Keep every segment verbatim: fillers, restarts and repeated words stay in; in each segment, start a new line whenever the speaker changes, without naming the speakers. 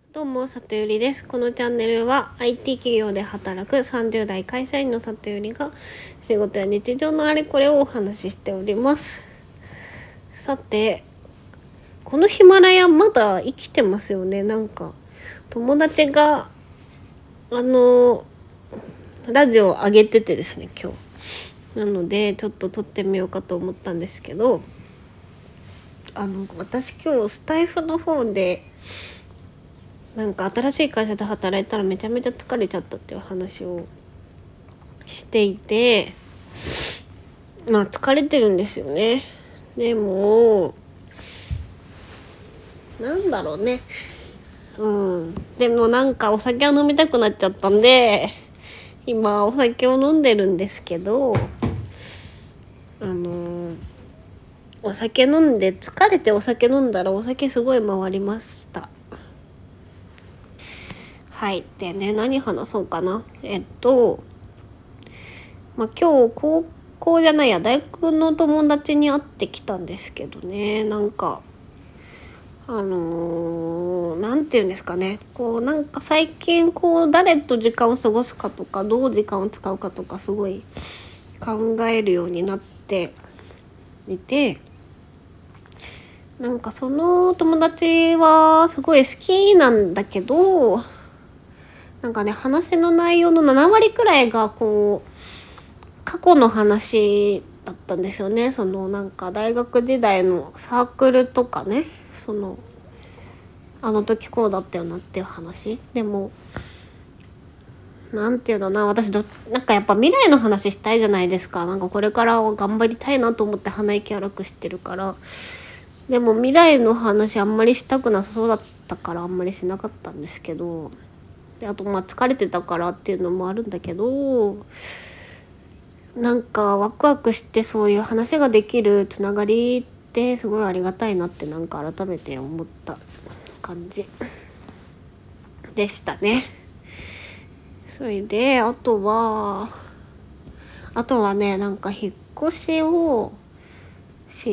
どうも、里ゆりです。このチャンネルは アイティー 企業で働くさんじゅう代会社員の里ゆりが仕事や日常のあれこれをお話ししております。さて、このヒマラヤまだ生きてますよね。なんか友達があのラジオを上げててですね、今日なのでちょっと撮ってみようかと思ったんですけど、あの私今日スタイフの方でなんか新しい会社で働いたらめちゃめちゃ疲れちゃったっていう話をしていて、まあ疲れてるんですよね。でもなんだろうね、うんでもなんかお酒を飲みたくなっちゃったんで今お酒を飲んでるんですけど、あのお酒飲んで疲れてお酒飲んだらお酒すごい回りました。はいでね、何話そうかな。えっとまあ今日高校じゃないや大学の友達に会ってきたんですけどね、なんかあのー、なんていうんですかね、こうなんか最近こう誰と時間を過ごすかとかどう時間を使うかとかすごい考えるようになっていて、なんかその友達はすごい好きなんだけど、なんかね話の内容のなな割くらいがこう過去の話だったんですよね。そのなんか大学時代のサークルとかね、そのあの時こうだったよなっていう話でも、なんていうのな、私どなんかやっぱ未来の話したいじゃないですか。なんかこれから頑張りたいなと思って鼻息荒くしてるから。でも未来の話あんまりしたくなさそうだったからあんまりしなかったんですけど、であとまあ疲れてたからっていうのもあるんだけど、なんかワクワクしてそういう話ができるつながりってすごいありがたいなってなんか改めて思った感じでしたね。それであとはあとはね、なんか引っ越しをして、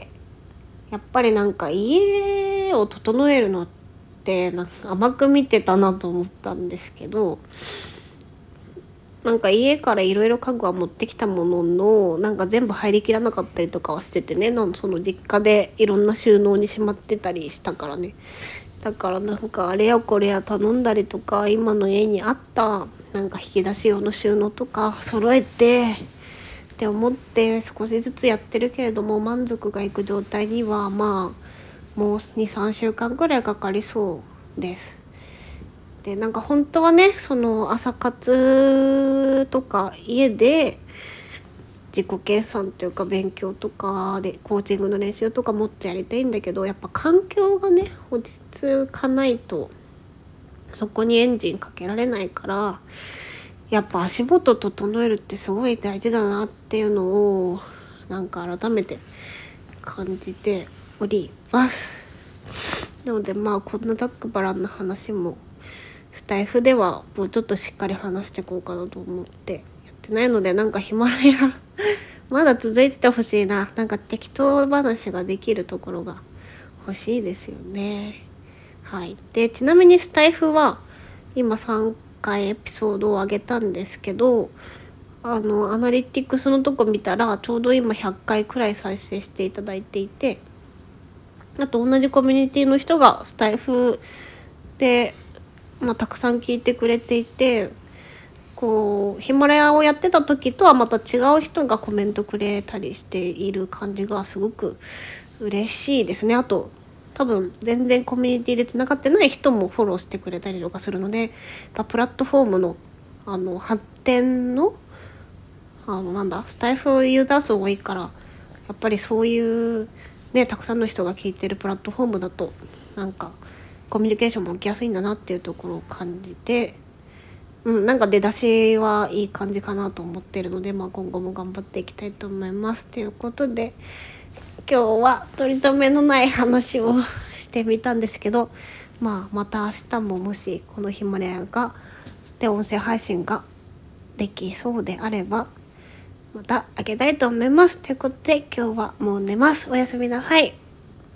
やっぱりなんか家を整えるのってなんか甘く見てたなと思ったんですけど、なんか家からいろいろ家具は持ってきたものの、なんか全部入りきらなかったりとかはしててね、のその実家でいろんな収納にしまってたりしたからね。だからなんかあれやこれや頼んだりとか、今の家にあったなんか引き出し用の収納とか揃えてって思って少しずつやってるけれども、満足がいく状態にはまあもう にさんしゅうかんくらいかかりそうです。でなんか本当はね、その朝活とか家で自己計算というか勉強とかでコーチングの練習とかもっとやりたいんだけど、やっぱ環境がね落ち着かないとそこにエンジンかけられないから、やっぱ足元整えるってすごい大事だなっていうのをなんか改めて感じております。なのでまあこんなざっくばらんな話もスタイフではもうちょっとしっかり話していこうかなと思ってやってないので、なんかヒマラヤまだ続いててほしいな。なんか適当話ができるところが欲しいですよね。はい。でちなみにスタイフは今さんかいエピソードを上げたんですけど、あのアナリティクスのとこ見たらちょうど今ひゃっかいくらい再生していただいていて、あと同じコミュニティの人がスタイフでまあ、たくさん聞いてくれていて、こうヒマラヤをやってた時とはまた違う人がコメントくれたりしている感じがすごく嬉しいですね。あと多分全然コミュニティでつながってない人もフォローしてくれたりとかするので、プラットフォームのあの発展のあのなんだスタイフユーザー数多いから、やっぱりそういうねたくさんの人が聞いてるプラットフォームだとなんかコミュニケーションも起きやすいんだなっていうところを感じて、うん、なんか出だしはいい感じかなと思ってるので、まあ、今後も頑張っていきたいと思います。ということで今日は取り留めのない話をしてみたんですけど、まあ、また明日ももしこのヒマラヤがで音声配信ができそうであればまたあげたいと思います。ということで今日はもう寝ます。おやすみなさい。